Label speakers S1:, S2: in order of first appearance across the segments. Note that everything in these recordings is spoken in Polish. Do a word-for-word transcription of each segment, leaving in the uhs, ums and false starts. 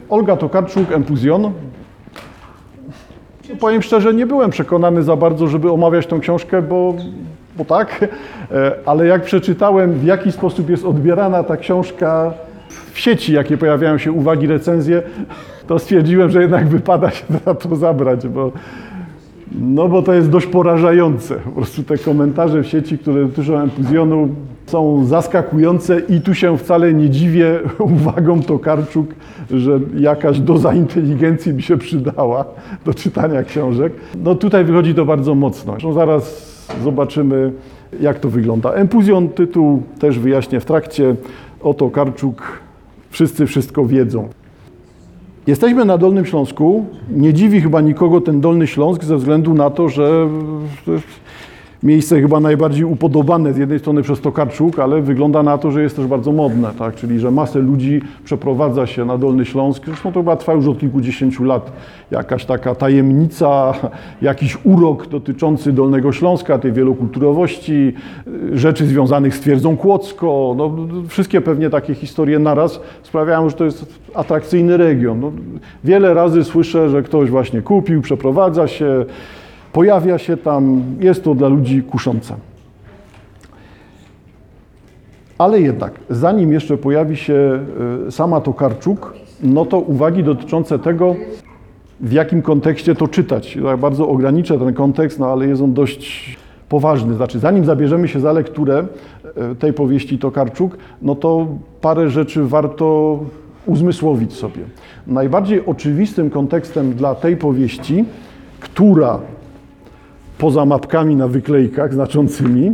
S1: Olga Tokarczuk, Empuzjon. Powiem szczerze, nie byłem przekonany za bardzo, żeby omawiać tą książkę, bo, bo tak, ale jak przeczytałem, w jaki sposób jest odbierana ta książka w sieci, jakie pojawiają się uwagi, recenzje, to stwierdziłem, że jednak wypada się za to zabrać, bo, no bo to jest dość porażające. Po prostu te komentarze w sieci, które dotyczą Empuzjonu, są zaskakujące i tu się wcale nie dziwię uwagom Tokarczuk, że jakaś doza inteligencji mi się przydała do czytania książek. No tutaj wychodzi to bardzo mocno. Zresztą zaraz zobaczymy, jak to wygląda. Empuzjon, tytuł też wyjaśnię w trakcie. O Tokarczuk wszyscy wszystko wiedzą. Jesteśmy na Dolnym Śląsku. Nie dziwi chyba nikogo ten Dolny Śląsk ze względu na to, że miejsce chyba najbardziej upodobane z jednej strony przez Tokarczuk, ale wygląda na to, że jest też bardzo modne, tak? Czyli że masę ludzi przeprowadza się na Dolny Śląsk. Zresztą to chyba trwa już od kilkudziesięciu lat. Jakaś taka tajemnica, jakiś urok dotyczący Dolnego Śląska, tej wielokulturowości, rzeczy związanych z twierdzą Kłodzko. No, wszystkie pewnie takie historie naraz sprawiają, że to jest atrakcyjny region. No, wiele razy słyszę, że ktoś właśnie kupił, przeprowadza się, pojawia się tam, jest to dla ludzi kuszące. Ale jednak, zanim jeszcze pojawi się sama Tokarczuk, no to uwagi dotyczące tego, w jakim kontekście to czytać. Ja bardzo ograniczę ten kontekst, no ale jest on dość poważny. Znaczy, zanim zabierzemy się za lekturę tej powieści Tokarczuk, no to parę rzeczy warto uzmysłowić sobie. Najbardziej oczywistym kontekstem dla tej powieści, która poza mapkami na wyklejkach znaczącymi,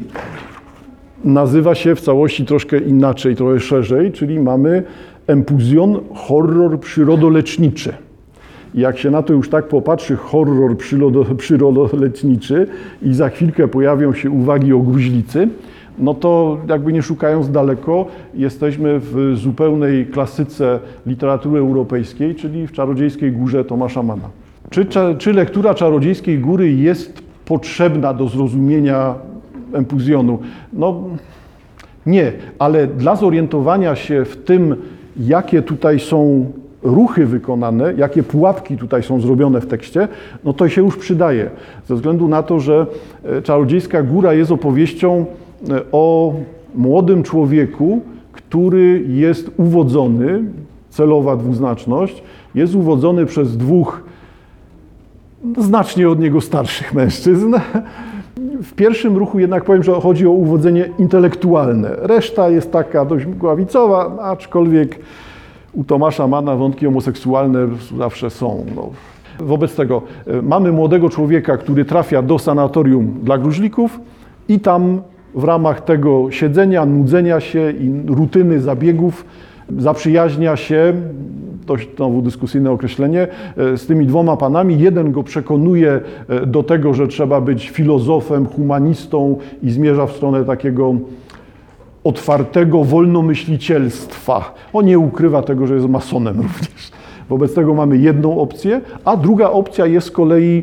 S1: nazywa się w całości troszkę inaczej, trochę szerzej, czyli mamy Empuzjon, horror przyrodoleczniczy. I jak się na to już tak popatrzy, horror przyrodoleczniczy i za chwilkę pojawią się uwagi o gruźlicy, no to jakby nie szukając daleko, jesteśmy w zupełnej klasyce literatury europejskiej, czyli w Czarodziejskiej Górze Tomasza Manna. Czy, czy lektura Czarodziejskiej Góry jest potrzebna do zrozumienia Empuzjonu? No nie, ale dla zorientowania się w tym, jakie tutaj są ruchy wykonane, jakie pułapki tutaj są zrobione w tekście, no to się już przydaje. Ze względu na to, że Czarodziejska Góra jest opowieścią o młodym człowieku, który jest uwodzony, celowa dwuznaczność, jest uwodzony przez dwóch znacznie od niego starszych mężczyzn. W pierwszym ruchu jednak powiem, że chodzi o uwodzenie intelektualne. Reszta jest taka dość mgławicowa, aczkolwiek u Tomasza Manna wątki homoseksualne zawsze są. No. Wobec tego mamy młodego człowieka, który trafia do sanatorium dla gruźlików i tam w ramach tego siedzenia, nudzenia się i rutyny zabiegów zaprzyjaźnia się, to znowu dyskusyjne określenie, z tymi dwoma panami. Jeden go przekonuje do tego, że trzeba być filozofem, humanistą i zmierza w stronę takiego otwartego wolnomyślicielstwa. On nie ukrywa tego, że jest masonem również. Wobec tego mamy jedną opcję, a druga opcja jest z kolei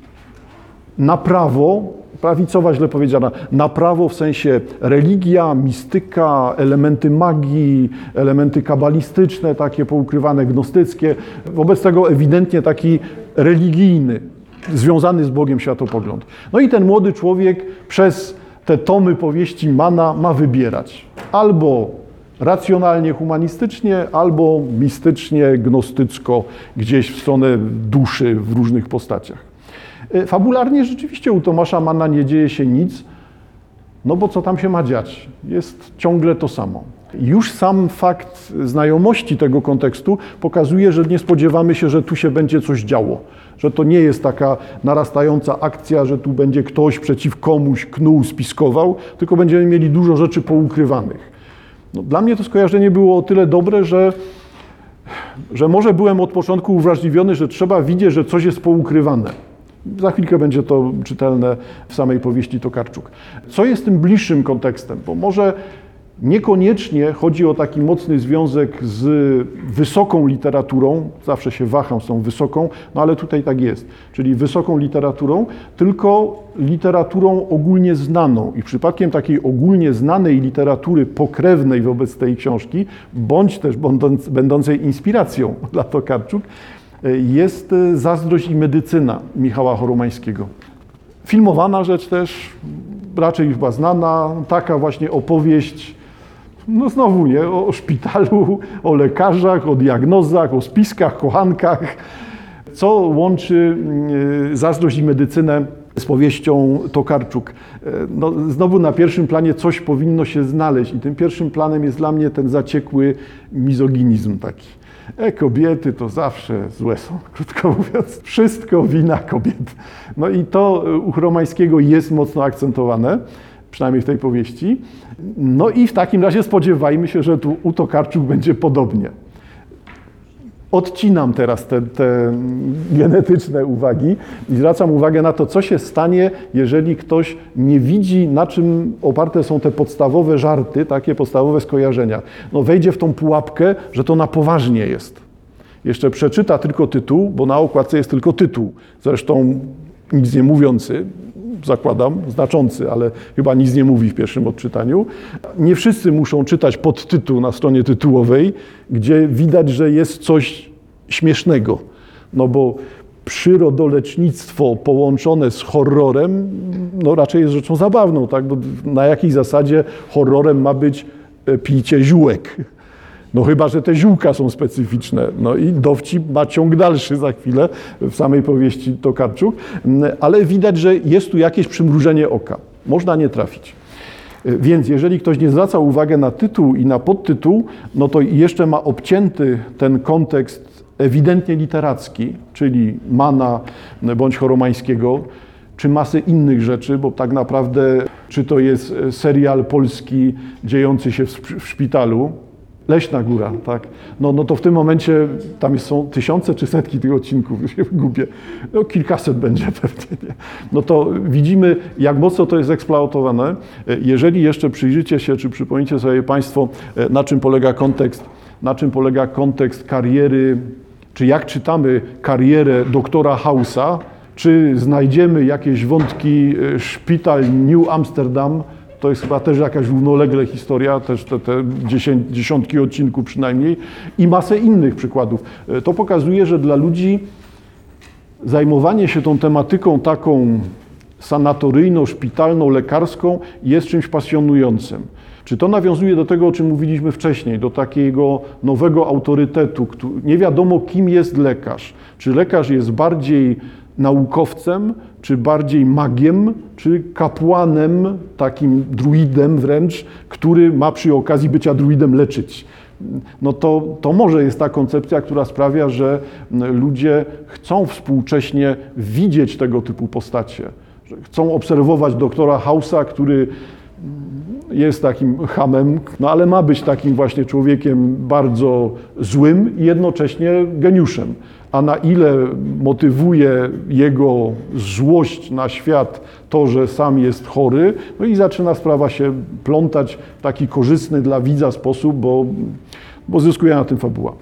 S1: na prawo, prawicowa źle powiedziana, na prawo w sensie religia, mistyka, elementy magii, elementy kabalistyczne, takie poukrywane, gnostyckie. Wobec tego ewidentnie taki religijny, związany z Bogiem światopogląd. No i ten młody człowiek przez te tomy powieści Manna ma wybierać albo racjonalnie, humanistycznie, albo mistycznie, gnostycko, gdzieś w stronę duszy w różnych postaciach. Fabularnie rzeczywiście u Tomasza Manna nie dzieje się nic, no bo co tam się ma dziać? Jest ciągle to samo. Już sam fakt znajomości tego kontekstu pokazuje, że nie spodziewamy się, że tu się będzie coś działo. Że to nie jest taka narastająca akcja, że tu będzie ktoś przeciw komuś knuł, spiskował, tylko będziemy mieli dużo rzeczy poukrywanych. No, dla mnie to skojarzenie było o tyle dobre, że, że może byłem od początku uwrażliwiony, że trzeba widzieć, że coś jest poukrywane. Za chwilkę będzie to czytelne w samej powieści Tokarczuk. Co jest tym bliższym kontekstem? Bo może Niekoniecznie chodzi o taki mocny związek z wysoką literaturą, zawsze się waham z tą wysoką, no ale tutaj tak jest, czyli wysoką literaturą, tylko literaturą ogólnie znaną. I przypadkiem takiej ogólnie znanej literatury pokrewnej wobec tej książki, bądź też będąc, będącej inspiracją dla Tokarczuk, jest Zazdrość i medycyna Michała Choromańskiego. Filmowana rzecz też, raczej już była znana, taka właśnie opowieść, no znowu nie, o szpitalu, o lekarzach, o diagnozach, o spiskach, kochankach, co łączy Zazdrość i medycynę z powieścią Tokarczuk. No, znowu na pierwszym planie coś powinno się znaleźć i tym pierwszym planem jest dla mnie ten zaciekły mizoginizm taki. E, kobiety to zawsze złe są, krótko mówiąc. Wszystko wina kobiet. No i to u Choromańskiego jest mocno akcentowane, przynajmniej w tej powieści. No i w takim razie spodziewajmy się, że tu u Tokarczuk będzie podobnie. Odcinam teraz te, te genetyczne uwagi i zwracam uwagę na to, co się stanie, jeżeli ktoś nie widzi, na czym oparte są te podstawowe żarty, takie podstawowe skojarzenia. No wejdzie w tą pułapkę, że to na poważnie jest. Jeszcze przeczyta tylko tytuł, bo na okładce jest tylko tytuł. Zresztą nic nie mówiący, zakładam, znaczący, ale chyba nic nie mówi w pierwszym odczytaniu. Nie wszyscy muszą czytać podtytuł na stronie tytułowej, gdzie widać, że jest coś śmiesznego. No bo przyrodolecznictwo połączone z horrorem, no raczej jest rzeczą zabawną, tak? Bo na jakiej zasadzie horrorem ma być picie ziółek? No chyba, że te ziółka są specyficzne. No i dowcip ma ciąg dalszy za chwilę w samej powieści Tokarczuk, ale widać, że jest tu jakieś przymrużenie oka. Można nie trafić. Więc jeżeli ktoś nie zwraca uwagi na tytuł i na podtytuł, no to jeszcze ma obcięty ten kontekst ewidentnie literacki, czyli Manna bądź Choromańskiego, czy masy innych rzeczy, bo tak naprawdę czy to jest serial polski dziejący się w szpitalu, Leśna Góra, tak? No, no to w tym momencie tam są tysiące czy setki tych odcinków, już się gubię. No kilkaset będzie pewnie, nie? No to widzimy, jak mocno to jest eksploatowane. Jeżeli jeszcze przyjrzycie się, czy przypomnicie sobie Państwo, na czym polega kontekst, na czym polega kontekst kariery, czy jak czytamy karierę doktora House'a, czy znajdziemy jakieś wątki szpital New Amsterdam. To jest chyba też jakaś równolegle historia, też te, te dziesiątki odcinków przynajmniej i masę innych przykładów. To pokazuje, że dla ludzi zajmowanie się tą tematyką taką sanatoryjną, szpitalną, lekarską jest czymś pasjonującym. Czy to nawiązuje do tego, o czym mówiliśmy wcześniej, do takiego nowego autorytetu, który, nie wiadomo kim jest lekarz. Czy lekarz jest bardziej naukowcem, czy bardziej magiem, czy kapłanem, takim druidem wręcz, który ma przy okazji bycia druidem leczyć. No to, to może jest ta koncepcja, która sprawia, że ludzie chcą współcześnie widzieć tego typu postacie. Że chcą obserwować doktora House'a, który jest takim chamem, no ale ma być takim właśnie człowiekiem bardzo złym i jednocześnie geniuszem. A na ile motywuje jego złość na świat to, że sam jest chory, no i zaczyna sprawa się plątać w taki korzystny dla widza sposób, bo, bo zyskuje na tym fabuła.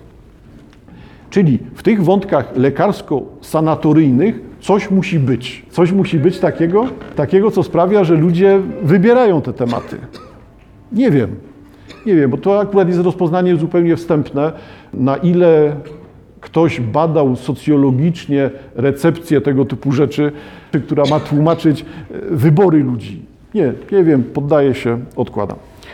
S1: Czyli w tych wątkach lekarsko-sanatoryjnych coś musi być. Coś musi być takiego, takiego, co sprawia, że ludzie wybierają te tematy. Nie wiem. Nie wiem, bo to akurat jest rozpoznanie zupełnie wstępne, na ile ktoś badał socjologicznie recepcję tego typu rzeczy, która ma tłumaczyć wybory ludzi. Nie, nie wiem, poddaję się, odkładam.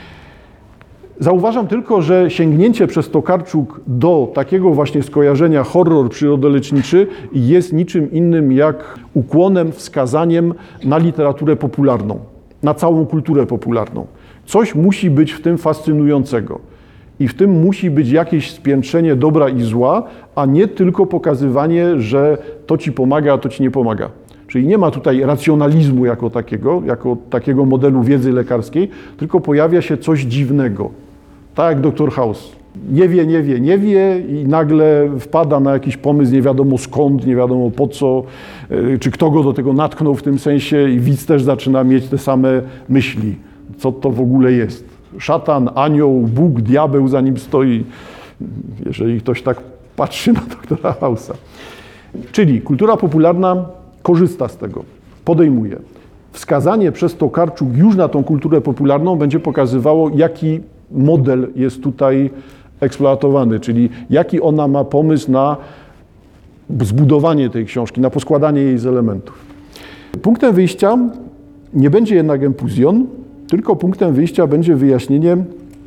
S1: Zauważam tylko, że sięgnięcie przez Tokarczuk do takiego właśnie skojarzenia horror przyrodoleczniczy jest niczym innym jak ukłonem, wskazaniem na literaturę popularną, na całą kulturę popularną. Coś musi być w tym fascynującego. I w tym musi być jakieś spiętrzenie dobra i zła, a nie tylko pokazywanie, że to ci pomaga, a to ci nie pomaga. Czyli nie ma tutaj racjonalizmu jako takiego, jako takiego modelu wiedzy lekarskiej, tylko pojawia się coś dziwnego. Tak jak doktor House. Nie wie, nie wie, nie wie i nagle wpada na jakiś pomysł nie wiadomo skąd, nie wiadomo po co, czy kto go do tego natknął w tym sensie i widz też zaczyna mieć te same myśli. Co to w ogóle jest? szatan, anioł, Bóg, diabeł za nim stoi, jeżeli ktoś tak patrzy na doktora Hausa. Czyli kultura popularna korzysta z tego, podejmuje. Wskazanie przez Tokarczuk już na tą kulturę popularną będzie pokazywało, jaki model jest tutaj eksploatowany, czyli jaki ona ma pomysł na zbudowanie tej książki, na poskładanie jej z elementów. Punktem wyjścia nie będzie jednak empuzjon, tylko punktem wyjścia będzie wyjaśnienie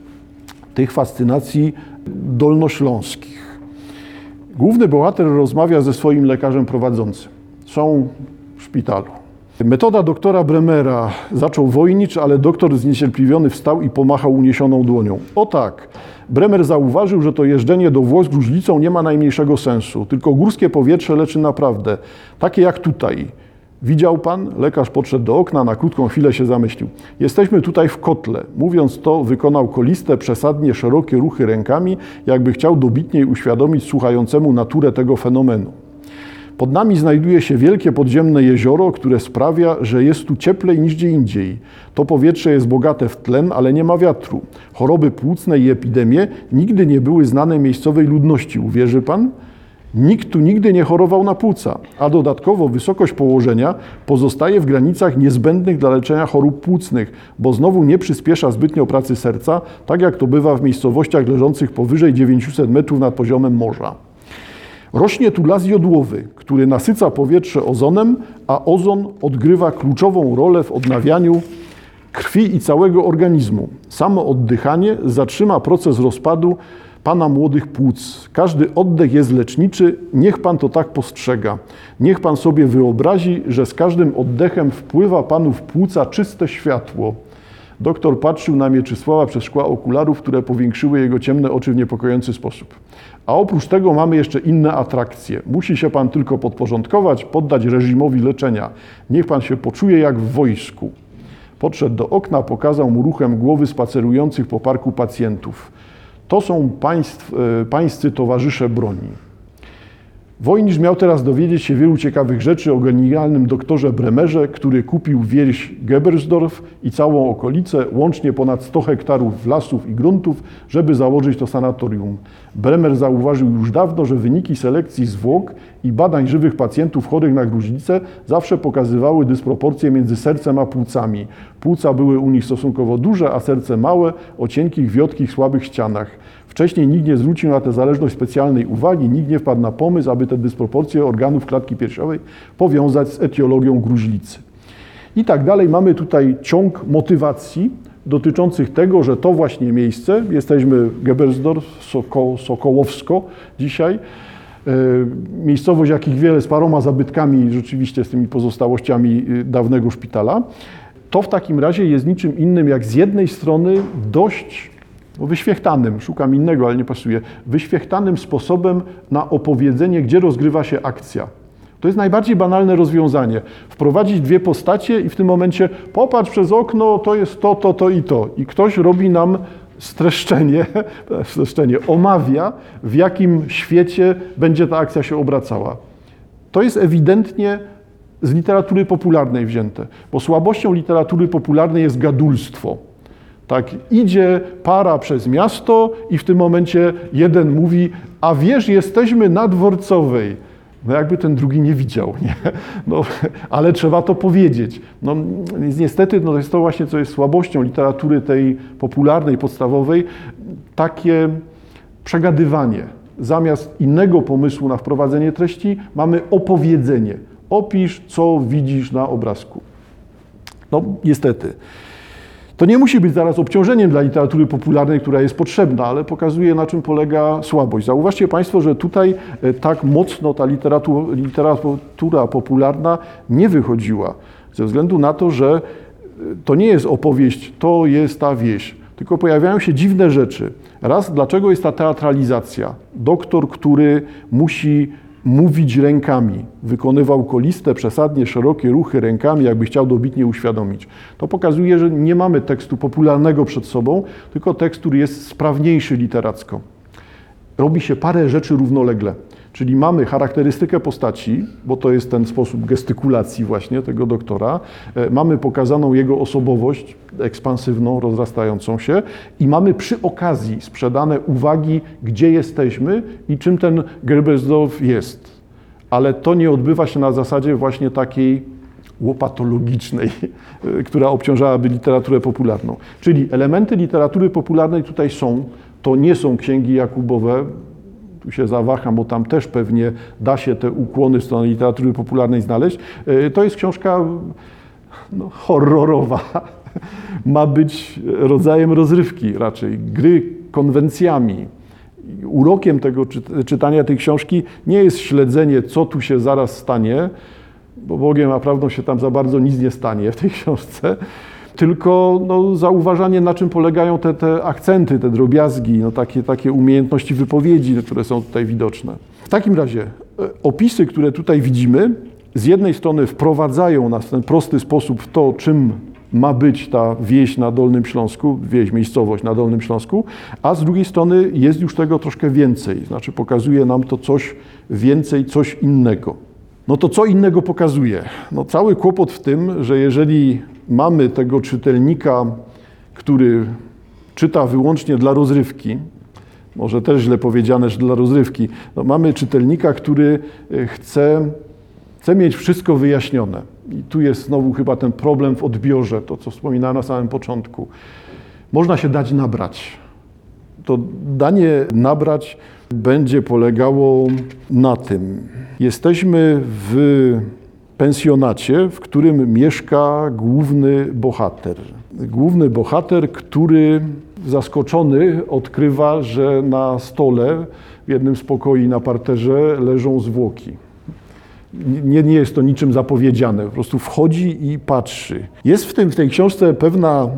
S1: tych fascynacji dolnośląskich. Główny bohater rozmawia ze swoim lekarzem prowadzącym. Są w szpitalu. Metoda doktora Bremera. Zaczął Wojnicz, ale doktor zniecierpliwiony wstał i pomachał uniesioną dłonią. O tak, Bremer zauważył, że to jeżdżenie do Włoch z gruźlicą nie ma najmniejszego sensu, tylko górskie powietrze leczy naprawdę, takie jak tutaj. Widział pan? Lekarz podszedł do okna, na krótką chwilę się zamyślił. Jesteśmy tutaj w kotle. Mówiąc to, wykonał koliste, przesadnie szerokie ruchy rękami, jakby chciał dobitniej uświadomić słuchającemu naturę tego fenomenu. Pod nami znajduje się wielkie podziemne jezioro, które sprawia, że jest tu cieplej niż gdzie indziej. To powietrze jest bogate w tlen, ale nie ma wiatru. Choroby płucne i epidemie nigdy nie były znane miejscowej ludności. Uwierzy pan? Nikt tu nigdy nie chorował na płuca, a dodatkowo wysokość położenia pozostaje w granicach niezbędnych dla leczenia chorób płucnych, bo znowu nie przyspiesza zbytnio pracy serca, tak jak to bywa w miejscowościach leżących powyżej dziewięciuset metrów nad poziomem morza. Rośnie tu las jodłowy, który nasyca powietrze ozonem, a ozon odgrywa kluczową rolę w odnawianiu krwi i całego organizmu. Samo oddychanie zatrzyma proces rozpadu pana młodych płuc. Każdy oddech jest leczniczy, niech pan to tak postrzega. Niech pan sobie wyobrazi, że z każdym oddechem wpływa panu w płuca czyste światło. Doktor patrzył na Mieczysława przez szkła okularów, które powiększyły jego ciemne oczy w niepokojący sposób. A oprócz tego mamy jeszcze inne atrakcje. Musi się pan tylko podporządkować, poddać reżimowi leczenia. Niech pan się poczuje jak w wojsku. Podszedł do okna, pokazał mu ruchem głowy spacerujących po parku pacjentów. To są państw, pańscy towarzysze broni. Wojnicz miał teraz dowiedzieć się wielu ciekawych rzeczy o genialnym doktorze Bremerze, który kupił wieś Gebersdorf i całą okolicę, łącznie ponad sto hektarów lasów i gruntów, żeby założyć to sanatorium. Bremer zauważył już dawno, że wyniki selekcji zwłok i badań żywych pacjentów chorych na gruźlicę zawsze pokazywały dysproporcje między sercem a płucami. Płuca były u nich stosunkowo duże, a serce małe, o cienkich, wiotkich, słabych ścianach. Wcześniej nikt nie zwrócił na tę zależność specjalnej uwagi, nikt nie wpadł na pomysł, aby te dysproporcje organów klatki piersiowej powiązać z etiologią gruźlicy. I tak dalej. Mamy tutaj ciąg motywacji dotyczących tego, że to właśnie miejsce, jesteśmy Gebersdorf, Soko, Sokołowsko dzisiaj, e, miejscowość jakich wiele z paroma zabytkami, rzeczywiście z tymi pozostałościami dawnego szpitala, to w takim razie jest niczym innym jak z jednej strony dość wyświechtanym, szukam innego, ale nie pasuje, wyświechtanym sposobem na opowiedzenie, gdzie rozgrywa się akcja. To jest najbardziej banalne rozwiązanie. Wprowadzić dwie postacie i w tym momencie popatrz przez okno, to jest to, to, to i to. I ktoś robi nam streszczenie, streszczenie, omawia, w jakim świecie będzie ta akcja się obracała. To jest ewidentnie z literatury popularnej wzięte, bo słabością literatury popularnej jest gadulstwo. Tak, idzie para przez miasto i w tym momencie jeden mówi, a wiesz, jesteśmy na Dworcowej. No jakby ten drugi nie widział, nie? No, ale trzeba to powiedzieć. No, niestety no, to jest to właśnie, co jest słabością literatury tej popularnej, podstawowej, takie przegadywanie. Zamiast innego pomysłu na wprowadzenie treści mamy opowiedzenie. Opisz, co widzisz na obrazku. No niestety. To nie musi być zaraz obciążeniem dla literatury popularnej, która jest potrzebna, ale pokazuje, na czym polega słabość. Zauważcie Państwo, że tutaj tak mocno ta literatura, literatura popularna nie wychodziła, ze względu na to, że to nie jest opowieść, to jest ta wieś, tylko pojawiają się dziwne rzeczy. Raz, dlaczego jest ta teatralizacja? Doktor, który musi mówić rękami, wykonywał koliste, przesadnie szerokie ruchy rękami, jakby chciał dobitnie uświadomić. To pokazuje, że nie mamy tekstu popularnego przed sobą, tylko tekst, który jest sprawniejszy literacko. robi się parę rzeczy równolegle. Czyli mamy charakterystykę postaci, bo to jest ten sposób gestykulacji właśnie tego doktora. Mamy pokazaną jego osobowość ekspansywną, rozrastającą się i mamy przy okazji sprzedane uwagi, gdzie jesteśmy i czym ten Gerbesdorf jest. Ale to nie odbywa się na zasadzie właśnie takiej łopatologicznej, która obciążałaby literaturę popularną. Czyli elementy literatury popularnej tutaj są, to nie są księgi Jakubowe, tu się zawaham, bo tam też pewnie da się te ukłony w stronę literatury popularnej znaleźć. To jest książka no, horrorowa. Ma być rodzajem rozrywki raczej, gry konwencjami. Urokiem tego czytania tej książki nie jest śledzenie, co tu się zaraz stanie, bo Bogiem a prawdą się tam za bardzo nic nie stanie w tej książce, tylko no, zauważanie, na czym polegają te, te akcenty, te drobiazgi, no, takie, takie umiejętności wypowiedzi, które są tutaj widoczne. W takim razie opisy, które tutaj widzimy, z jednej strony wprowadzają nas w ten prosty sposób w to, czym ma być ta wieś na Dolnym Śląsku, wieś, miejscowość na Dolnym Śląsku, a z drugiej strony jest już tego troszkę więcej, znaczy pokazuje nam to coś więcej, coś innego. No to co innego pokazuje? No cały kłopot w tym, że jeżeli mamy tego czytelnika, który czyta wyłącznie dla rozrywki, może też źle powiedziane, że dla rozrywki, no mamy czytelnika, który chce, chce mieć wszystko wyjaśnione. I tu jest znowu chyba ten problem w odbiorze, to co wspominałem na samym początku. Można się dać nabrać. To danie nabrać będzie polegało na tym. Jesteśmy w pensjonacie, w którym mieszka główny bohater. Główny bohater, który zaskoczony odkrywa, że na stole w jednym z pokoi na parterze leżą zwłoki. Nie, nie jest to niczym zapowiedziane, po prostu wchodzi i patrzy. Jest w, tym, w tej książce pewna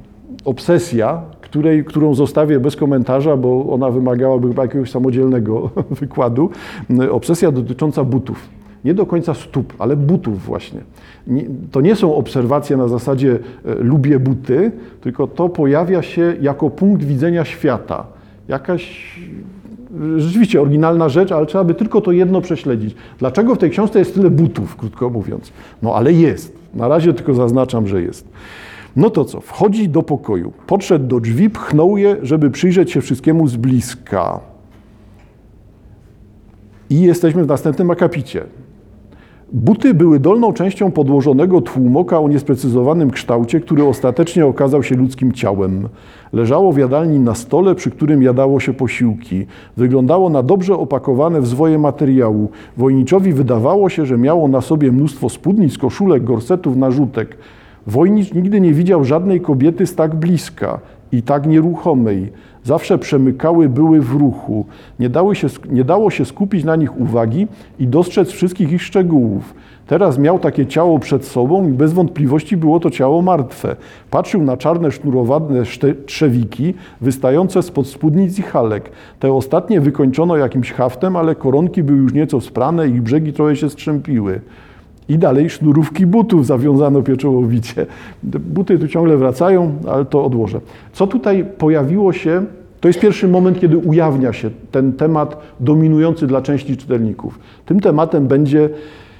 S1: obsesja, której, którą zostawię bez komentarza, bo ona wymagałaby chyba jakiegoś samodzielnego wykładu. Obsesja dotycząca butów. Nie do końca stóp, ale butów właśnie. Nie, to nie są obserwacje na zasadzie e, lubię buty, tylko to pojawia się jako punkt widzenia świata. Jakaś rzeczywiście oryginalna rzecz, ale trzeba by tylko to jedno prześledzić. Dlaczego w tej książce jest tyle butów, krótko mówiąc? No ale jest. Na razie tylko zaznaczam, że jest. No to co? Wchodzi do pokoju. Podszedł do drzwi, pchnął je, żeby przyjrzeć się wszystkiemu z bliska. I jesteśmy w następnym akapicie. Buty były dolną częścią podłożonego tłumoka o niesprecyzowanym kształcie, który ostatecznie okazał się ludzkim ciałem. Leżało w jadalni na stole, przy którym jadało się posiłki. Wyglądało na dobrze opakowane w zwoje materiału. Wojniczowi wydawało się, że miało na sobie mnóstwo spódnic, koszulek, gorsetów, narzutek. Wojnicz nigdy nie widział żadnej kobiety z tak bliska i tak nieruchomej. Zawsze przemykały były w ruchu. Nie, dały się, nie dało się skupić na nich uwagi i dostrzec wszystkich ich szczegółów. Teraz miał takie ciało przed sobą i bez wątpliwości było to ciało martwe. Patrzył na czarne sznurowane trzewiki wystające spod spódnic i halek. Te ostatnie wykończono jakimś haftem, ale koronki były już nieco sprane i ich brzegi trochę się strzępiły. I dalej sznurówki butów zawiązano pieczołowicie. Buty tu ciągle wracają, ale to odłożę. Co tutaj pojawiło się, to jest pierwszy moment, kiedy ujawnia się ten temat dominujący dla części czytelników. Tym tematem będzie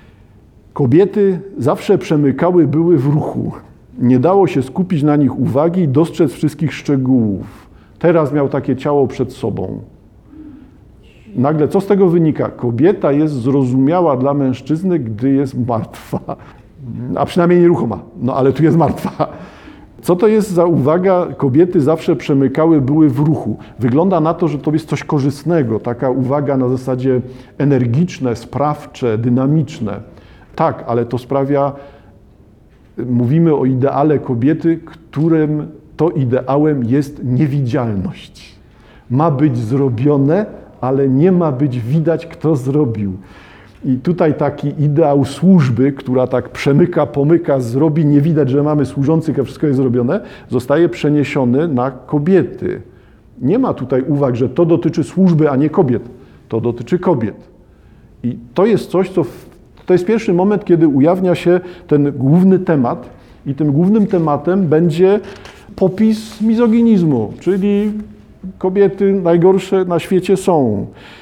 S1: kobiety zawsze przemykały, były w ruchu. Nie dało się skupić na nich uwagi i dostrzec wszystkich szczegółów. Teraz miał takie ciało przed sobą. Nagle co z tego wynika? Kobieta jest zrozumiała dla mężczyzny, gdy jest martwa, a przynajmniej nieruchoma, no ale tu jest martwa. Co to jest za uwaga? Kobiety zawsze przemykały, były w ruchu. Wygląda na to, że to jest coś korzystnego, taka uwaga na zasadzie energiczne, sprawcze, dynamiczne. Tak, ale to sprawia, mówimy o ideale kobiety, którym to ideałem jest niewidzialność. Ma być zrobione, ale nie ma być widać, kto zrobił. I tutaj taki ideał służby, która tak przemyka, pomyka, zrobi, nie widać, że mamy służących, a wszystko jest zrobione, zostaje przeniesiony na kobiety. Nie ma tutaj uwag, że to dotyczy służby, a nie kobiet. To dotyczy kobiet. I to jest coś, co... W, to jest pierwszy moment, kiedy ujawnia się ten główny temat i tym głównym tematem będzie popis mizoginizmu, czyli Kobiety najgorsze na świecie są.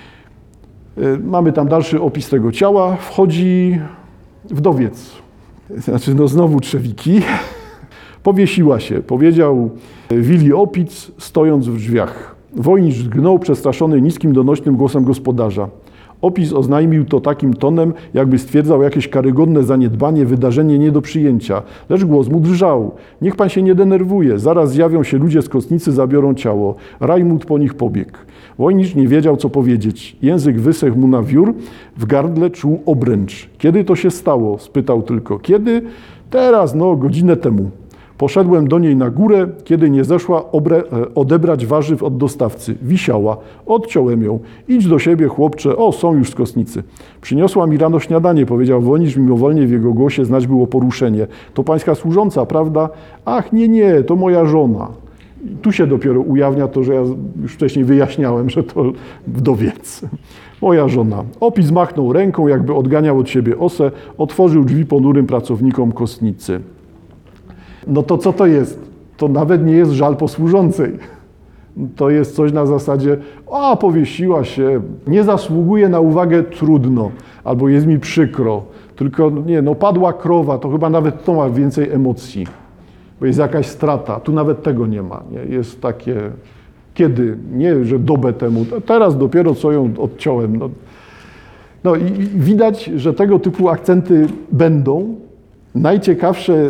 S1: Mamy tam dalszy opis tego ciała. Wchodzi wdowiec. Znaczy, no znowu trzewiki. Powiesiła się, powiedział Wili Opic, stojąc w drzwiach. Wojnicz drgnął, przestraszony niskim, donośnym głosem gospodarza. Opic oznajmił to takim tonem, jakby stwierdzał jakieś karygodne zaniedbanie, wydarzenie nie do przyjęcia. Lecz głos mu drżał. Niech pan się nie denerwuje, zaraz zjawią się ludzie z kostnicy, zabiorą ciało. Rajmund po nich pobiegł. Wojnicz nie wiedział, co powiedzieć. Język wysechł mu na wiór, w gardle czuł obręcz. Kiedy to się stało? Spytał tylko. Kiedy? Teraz, no, godzinę temu. Poszedłem do niej na górę, kiedy nie zeszła obre, odebrać warzyw od dostawcy. Wisiała. Odciąłem ją. Idź do siebie, chłopcze. O, są już z kostnicy. Przyniosła mi rano śniadanie, powiedział Wojnicz, mimowolnie w jego głosie znać było poruszenie. To pańska służąca, prawda? Ach, nie, nie, to moja żona. I tu się dopiero ujawnia to, że ja już wcześniej wyjaśniałem, że to wdowiec. Moja żona. Opic machnął ręką, jakby odganiał od siebie osę, otworzył drzwi ponurym pracownikom kostnicy. No to co to jest? To nawet nie jest żal po służącej. To jest coś na zasadzie, a powiesiła się, nie zasługuje na uwagę, trudno, albo jest mi przykro, tylko nie, no padła krowa, to chyba nawet to ma więcej emocji, bo jest jakaś strata, tu nawet tego nie ma, nie? Jest takie, kiedy, nie, że dobę temu, teraz dopiero co ją odciąłem. No, no i widać, że tego typu akcenty będą. Najciekawsze,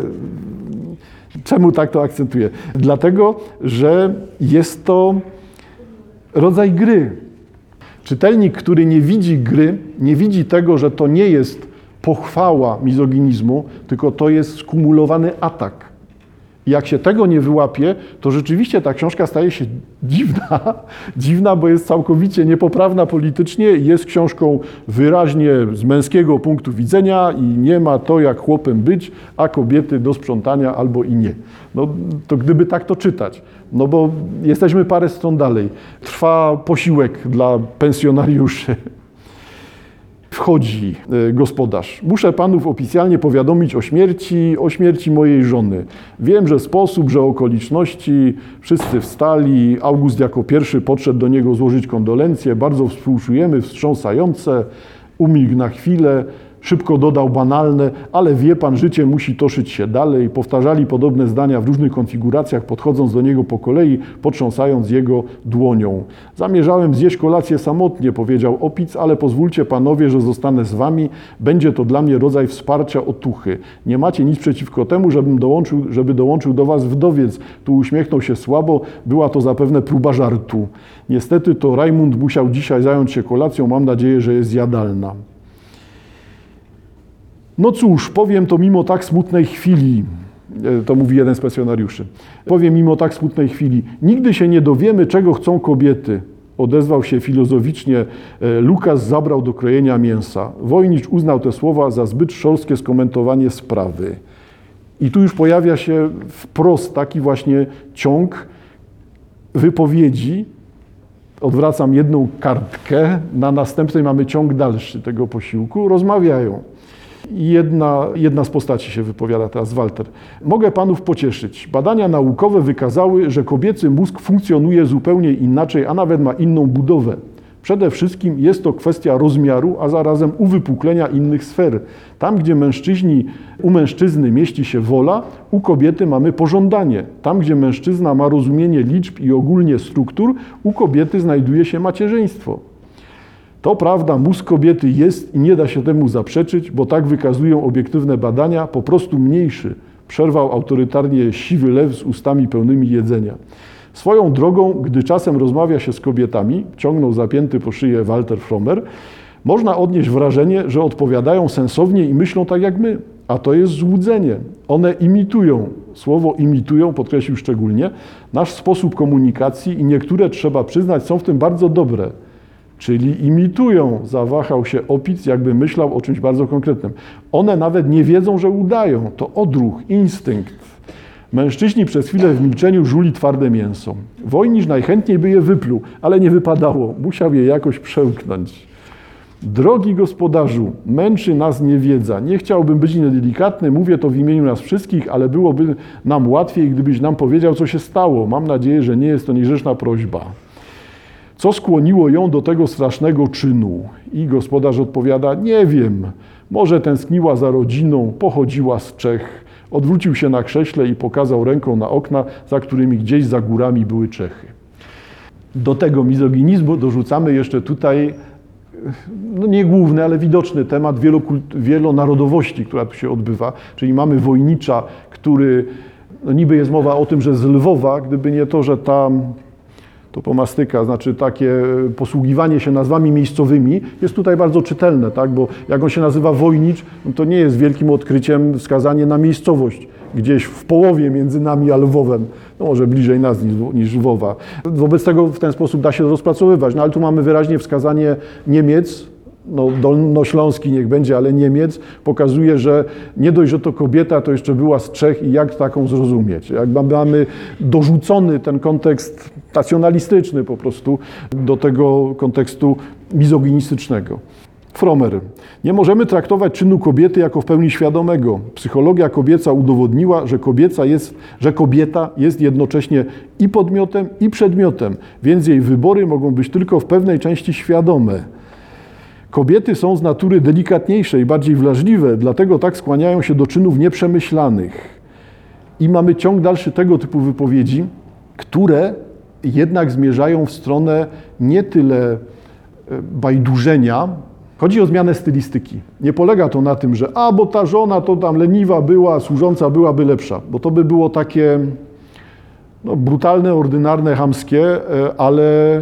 S1: czemu tak to akcentuję? Dlatego, że jest to rodzaj gry. Czytelnik, który nie widzi gry, nie widzi tego, że to nie jest pochwała mizoginizmu, tylko to jest skumulowany atak. I jak się tego nie wyłapie, to rzeczywiście ta książka staje się dziwna. Dziwna, bo jest całkowicie niepoprawna politycznie, jest książką wyraźnie z męskiego punktu widzenia i nie ma to jak chłopem być, a kobiety do sprzątania albo i nie. No to gdyby tak to czytać, no bo jesteśmy parę stron dalej. Trwa posiłek dla pensjonariuszy. Wchodzi gospodarz. Muszę panów oficjalnie powiadomić o śmierci, o śmierci mojej żony. Wiem, że sposób, że okoliczności, wszyscy wstali. August jako pierwszy podszedł do niego złożyć kondolencje. Bardzo współczujemy, wstrząsające. Umilkł na chwilę. Szybko dodał banalne, ale wie pan, życie musi toczyć się dalej. Powtarzali podobne zdania w różnych konfiguracjach, podchodząc do niego po kolei, potrząsając jego dłonią. Zamierzałem zjeść kolację samotnie, powiedział Opic, ale pozwólcie panowie, że zostanę z wami. Będzie to dla mnie rodzaj wsparcia, otuchy. Nie macie nic przeciwko temu, żebym dołączył, żeby dołączył do was wdowiec. Tu uśmiechnął się słabo. Była to zapewne próba żartu. Niestety to Rajmund musiał dzisiaj zająć się kolacją. Mam nadzieję, że jest jadalna. No cóż, powiem to mimo tak smutnej chwili, to mówi jeden z pensjonariuszy, powiem mimo tak smutnej chwili, nigdy się nie dowiemy, czego chcą kobiety, odezwał się filozoficznie. Lukas zabrał do krojenia mięsa. Wojnicz uznał te słowa za zbyt szorstkie skomentowanie sprawy. I tu już pojawia się wprost taki właśnie ciąg wypowiedzi. Odwracam jedną kartkę, na następnej mamy ciąg dalszy tego posiłku, rozmawiają. Jedna, jedna z postaci się wypowiada teraz, Walter. Mogę panów pocieszyć. Badania naukowe wykazały, że kobiecy mózg funkcjonuje zupełnie inaczej, a nawet ma inną budowę. Przede wszystkim jest to kwestia rozmiaru, a zarazem uwypuklenia innych sfer. Tam, gdzie mężczyźni, u mężczyzny mieści się wola, u kobiety mamy pożądanie. Tam, gdzie mężczyzna ma rozumienie liczb i ogólnie struktur, u kobiety znajduje się macierzyństwo. To prawda, mózg kobiety jest i nie da się temu zaprzeczyć, bo tak wykazują obiektywne badania, po prostu mniejszy, przerwał autorytarnie siwy lew z ustami pełnymi jedzenia. Swoją drogą, gdy czasem rozmawia się z kobietami, ciągnął zapięty po szyję Walter Frommer, można odnieść wrażenie, że odpowiadają sensownie i myślą tak jak my, a to jest złudzenie. One imitują, słowo imitują, podkreślił szczególnie, nasz sposób komunikacji i niektóre, trzeba przyznać, są w tym bardzo dobre. Czyli imitują, zawahał się Opic, jakby myślał o czymś bardzo konkretnym. One nawet nie wiedzą, że udają. To odruch, instynkt. Mężczyźni przez chwilę w milczeniu żuli twarde mięso. Wojnicz najchętniej by je wypluł, ale nie wypadało. Musiał je jakoś przełknąć. Drogi gospodarzu, męczy nas niewiedza. Nie chciałbym być niedelikatny, mówię to w imieniu nas wszystkich, ale byłoby nam łatwiej, gdybyś nam powiedział, co się stało. Mam nadzieję, że nie jest to niegrzeczna prośba. Co skłoniło ją do tego strasznego czynu? I gospodarz odpowiada, nie wiem, może tęskniła za rodziną, pochodziła z Czech. Odwrócił się na krześle i pokazał ręką na okna, za którymi gdzieś za górami były Czechy. Do tego mizoginizmu dorzucamy jeszcze tutaj, no nie główny, ale widoczny temat wielonarodowości, która tu się odbywa. Czyli mamy wojnicza, który, no niby jest mowa o tym, że z Lwowa, gdyby nie to, że tam topomastyka, znaczy takie posługiwanie się nazwami miejscowymi jest tutaj bardzo czytelne, tak? Bo jak on się nazywa Wojnicz, no to nie jest wielkim odkryciem wskazanie na miejscowość, gdzieś w połowie między nami a Lwowem, no może bliżej nas niż, niż Lwowa. Wobec tego w ten sposób da się to rozpracowywać, no ale tu mamy wyraźnie wskazanie Niemiec, no dolnośląski niech będzie, ale Niemiec, pokazuje, że nie dość, że to kobieta, to jeszcze była z Czech i jak taką zrozumieć. Jak mamy dorzucony ten kontekst nacjonalistyczny po prostu do tego kontekstu mizoginistycznego. Fromer. Nie możemy traktować czynu kobiety jako w pełni świadomego. Psychologia kobieca udowodniła, że, kobieca jest, że kobieta jest jednocześnie i podmiotem, i przedmiotem, więc jej wybory mogą być tylko w pewnej części świadome. Kobiety są z natury delikatniejsze i bardziej wrażliwe, dlatego tak skłaniają się do czynów nieprzemyślanych. I mamy ciąg dalszy tego typu wypowiedzi, które jednak zmierzają w stronę nie tyle bajdurzenia, chodzi o zmianę stylistyki. Nie polega to na tym, że a, bo ta żona to tam leniwa była, służąca byłaby lepsza, bo to by było takie no, brutalne, ordynarne, chamskie, ale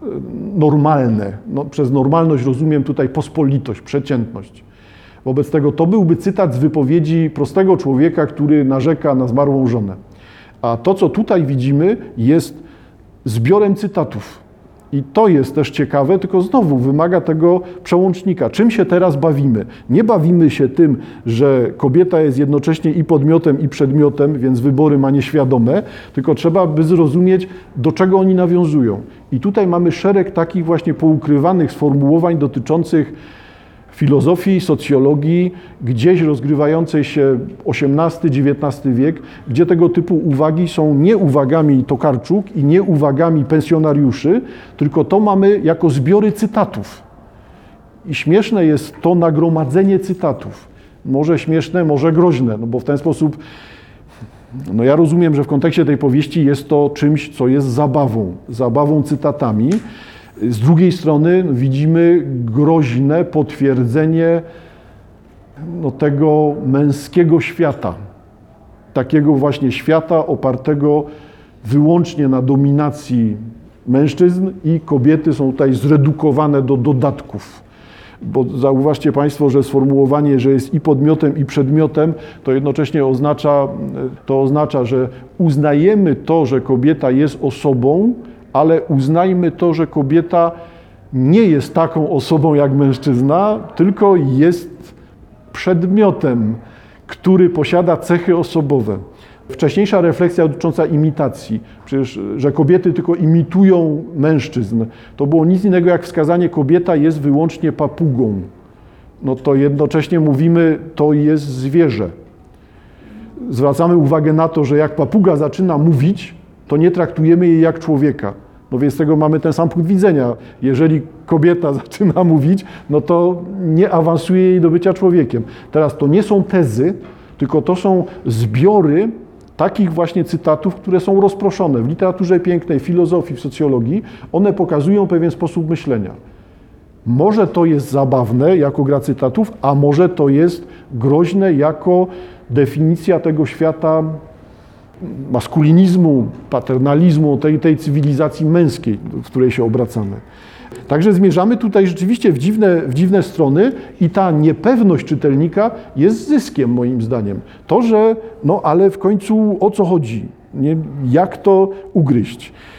S1: normalne. No, przez normalność rozumiem tutaj pospolitość, przeciętność. Wobec tego to byłby cytat z wypowiedzi prostego człowieka, który narzeka na zmarłą żonę. A to, co tutaj widzimy, jest zbiorem cytatów. I to jest też ciekawe, tylko znowu wymaga tego przełącznika. Czym się teraz bawimy? Nie bawimy się tym, że kobieta jest jednocześnie i podmiotem, i przedmiotem, więc wybory ma nieświadome, tylko trzeba by zrozumieć, do czego oni nawiązują. I tutaj mamy szereg takich właśnie poukrywanych sformułowań dotyczących filozofii, socjologii, gdzieś rozgrywającej się osiemnasty dziewiętnasty wiek, gdzie tego typu uwagi są nie uwagami Tokarczuk i nie uwagami pensjonariuszy, tylko to mamy jako zbiory cytatów. I śmieszne jest to nagromadzenie cytatów. Może śmieszne, może groźne, no bo w ten sposób, no ja rozumiem, że w kontekście tej powieści jest to czymś, co jest zabawą, zabawą cytatami. Z drugiej strony widzimy groźne potwierdzenie no, tego męskiego świata. Takiego właśnie świata opartego wyłącznie na dominacji mężczyzn i kobiety są tutaj zredukowane do dodatków. Bo zauważcie Państwo, że sformułowanie, że jest i podmiotem, i przedmiotem, to jednocześnie oznacza, to oznacza, że uznajemy to, że kobieta jest osobą, ale uznajmy to, że kobieta nie jest taką osobą jak mężczyzna, tylko jest przedmiotem, który posiada cechy osobowe. Wcześniejsza refleksja dotycząca imitacji, przecież, że kobiety tylko imitują mężczyzn, to było nic innego jak wskazanie, kobieta jest wyłącznie papugą. No to jednocześnie mówimy, to jest zwierzę. Zwracamy uwagę na to, że jak papuga zaczyna mówić, to nie traktujemy jej jak człowieka. No więc z tego mamy ten sam punkt widzenia. Jeżeli kobieta zaczyna mówić, no to nie awansuje jej do bycia człowiekiem. Teraz to nie są tezy, tylko to są zbiory takich właśnie cytatów, które są rozproszone w literaturze pięknej, w filozofii, w socjologii. One pokazują pewien sposób myślenia. Może to jest zabawne jako gra cytatów, a może to jest groźne jako definicja tego świata maskulinizmu, paternalizmu, tej, tej cywilizacji męskiej, w której się obracamy. Także zmierzamy tutaj rzeczywiście w dziwne, w dziwne strony i ta niepewność czytelnika jest zyskiem moim zdaniem. To, że no ale w końcu o co chodzi? Nie, jak to ugryźć?